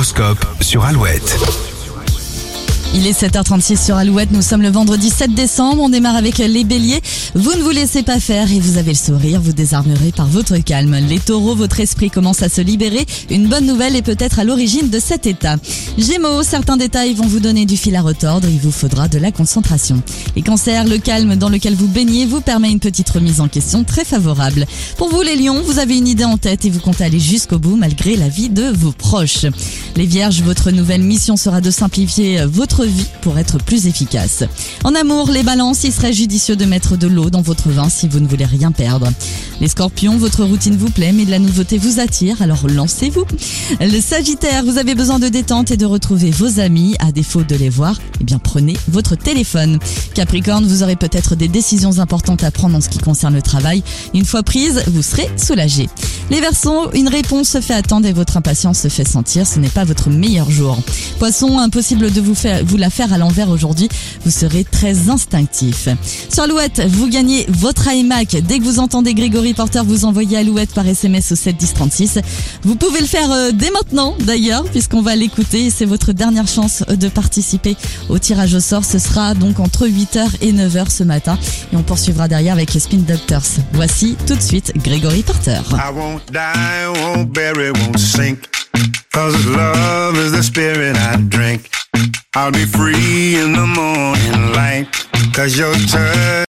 L'horoscope sur Alouette. Il est 7h36 sur Alouette, nous sommes le vendredi 7 décembre, on démarre avec les béliers. Vous ne vous laissez pas faire et vous avez le sourire, vous désarmerez par votre calme. Les taureaux, votre esprit commence à se libérer, une bonne nouvelle est peut-être à l'origine de cet état. Gémeaux, certains détails vont vous donner du fil à retordre, il vous faudra de la concentration. Les cancers, le calme dans lequel vous baignez vous permet une petite remise en question très favorable. Pour vous les lions, vous avez une idée en tête et vous comptez aller jusqu'au bout malgré l'avis de vos proches. Les vierges, votre nouvelle mission sera de simplifier votre vie pour être plus efficace. En amour, les balances, il serait judicieux de mettre de l'eau dans votre vin si vous ne voulez rien perdre. Les scorpions, votre routine vous plaît mais de la nouveauté vous attire, alors lancez-vous. Le sagittaire, vous avez besoin de détente et de retrouver vos amis, à défaut de les voir, eh bien prenez votre téléphone. Capricorne, vous aurez peut-être des décisions importantes à prendre en ce qui concerne le travail. Une fois prise, vous serez soulagé. Les Verseaux, une réponse se fait attendre et votre impatience se fait sentir, ce n'est pas votre meilleur jour. Poissons, impossible de vous la faire à l'envers aujourd'hui, vous serez très instinctif. Sur Alouette, vous gagnez votre iMac. Dès que vous entendez Grégory Porter, vous envoyez Alouette par SMS au 7 10 36. Vous pouvez le faire dès maintenant d'ailleurs, puisqu'on va l'écouter et c'est votre dernière chance de participer au tirage au sort. Ce sera donc entre 8h et 9h ce matin et on poursuivra derrière avec les Spin Doctors. Voici tout de suite Grégory Porter. I won't die, won't bury, won't sink. 'Cause love is the spirit I drink. I'll be free in the morning light. 'Cause your touch